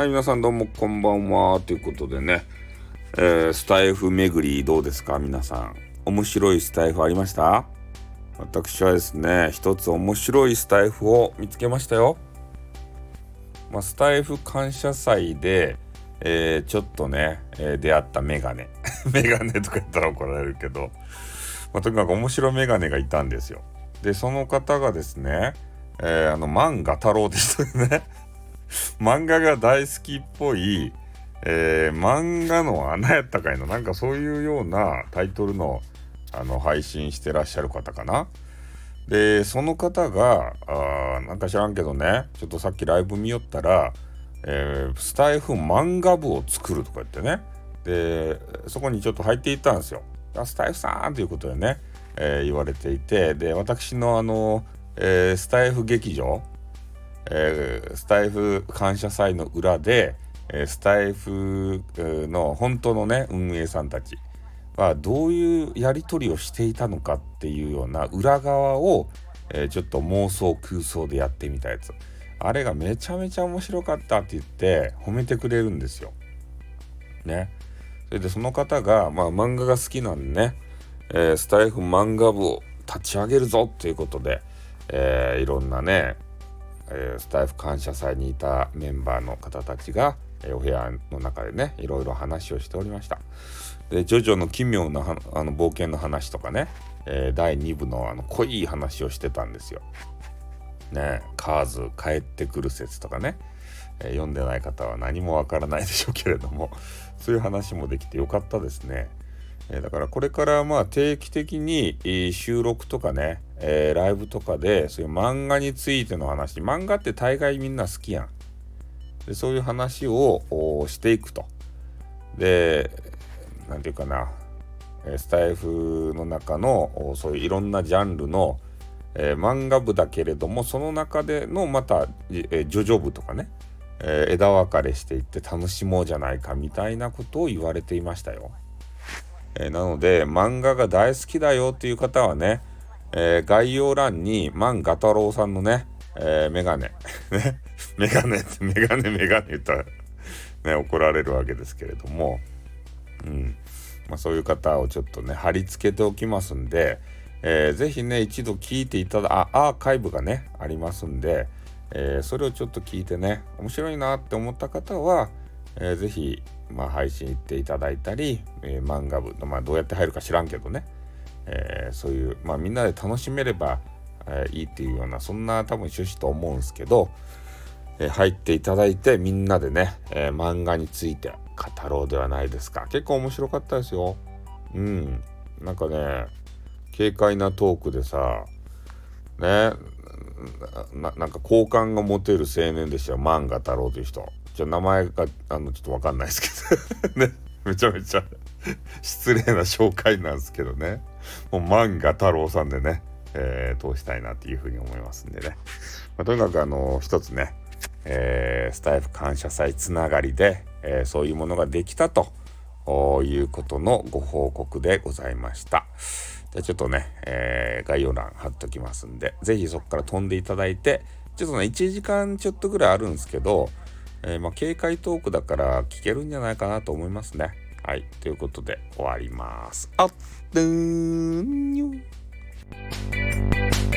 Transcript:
はい、皆さんどうもこんばんはということでね、スタイフ巡りどうですか皆さん。面白いスタイフありました？私はですね、一つ面白いスタイフを見つけましたよ。スタイフ感謝祭で、ちょっとね、出会ったメガネメガネとか言ったら怒られるけど、とにかく面白いメガネがいたんですよ。でその方がですね、漫画太郎でしたよね漫画が大好きっぽい、漫画の穴やったかいのなんかそういうようなタイトルの配信してらっしゃる方かな。でその方がなんか知らんけどね、ちょっとさっきライブ見よったら、スタイフ漫画部を作るとか言ってね、でそこにちょっと入っていったんですよ。スタイフさんということでね、言われていて、で私のスタイフ劇場、スタイフ感謝祭の裏で、スタイフの本当のね運営さんたちはどういうやり取りをしていたのかっていうような裏側を、ちょっと妄想空想でやってみたやつ、あれがめちゃめちゃ面白かったって言って褒めてくれるんですよね。それでその方が、漫画が好きなんでね、スタイフ漫画部を立ち上げるぞということで、いろんなね、スタイフ感謝祭にいたメンバーの方たちが、お部屋の中でねいろいろ話をしておりました。でジョジョの奇妙な冒険の話とかね、第2部の濃い話をしてたんですよね。カーズ帰ってくる説とかね、読んでない方は何もわからないでしょうけれども、そういう話もできてよかったですね。だからこれから定期的に、収録とかね、ライブとかでそういう漫画についての話、漫画って大概みんな好きやん。でそういう話をしていくと。でなんていうかな、スタイフの中のそういういろんなジャンルの、漫画部だけれども、その中でのまた、ジョジョ部とかね、枝分かれしていって楽しもうじゃないかみたいなことを言われていましたよ。なので漫画が大好きだよっていう方はね、概要欄に漫画太郎さんのね、メガネねメガネってメガネ言ったらね怒られるわけですけれども、そういう方をちょっとね貼り付けておきますんで、ぜひね一度聞いていただアーカイブがねありますんで、それをちょっと聞いてね面白いなって思った方は、ぜひ配信行っていただいたり、漫画部のどうやって入るか知らんけどね、そういうみんなで楽しめれば、いいっていうようなそんな多分趣旨と思うんですけど、入っていただいてみんなでね、漫画について語ろうではないですか。結構面白かったですよ。なんかね軽快なトークでさね、なんか好感が持てる青年でしたよ、漫画太郎という人。名前がちょっとわかんないですけどね、めちゃめちゃ失礼な紹介なんですけどね、もう漫画太郎さんでね、通したいなっていうふうに思いますんでね、とにかく一つね、スタイフ感謝祭つながりで、そういうものができたということのご報告でございました。じゃあちょっとね、概要欄貼っときますんで、ぜひそこから飛んでいただいて、ちょっとね1時間ちょっとぐらいあるんですけど、軽快トークだから聞けるんじゃないかなと思いますね。はい、ということで終わります。あっ、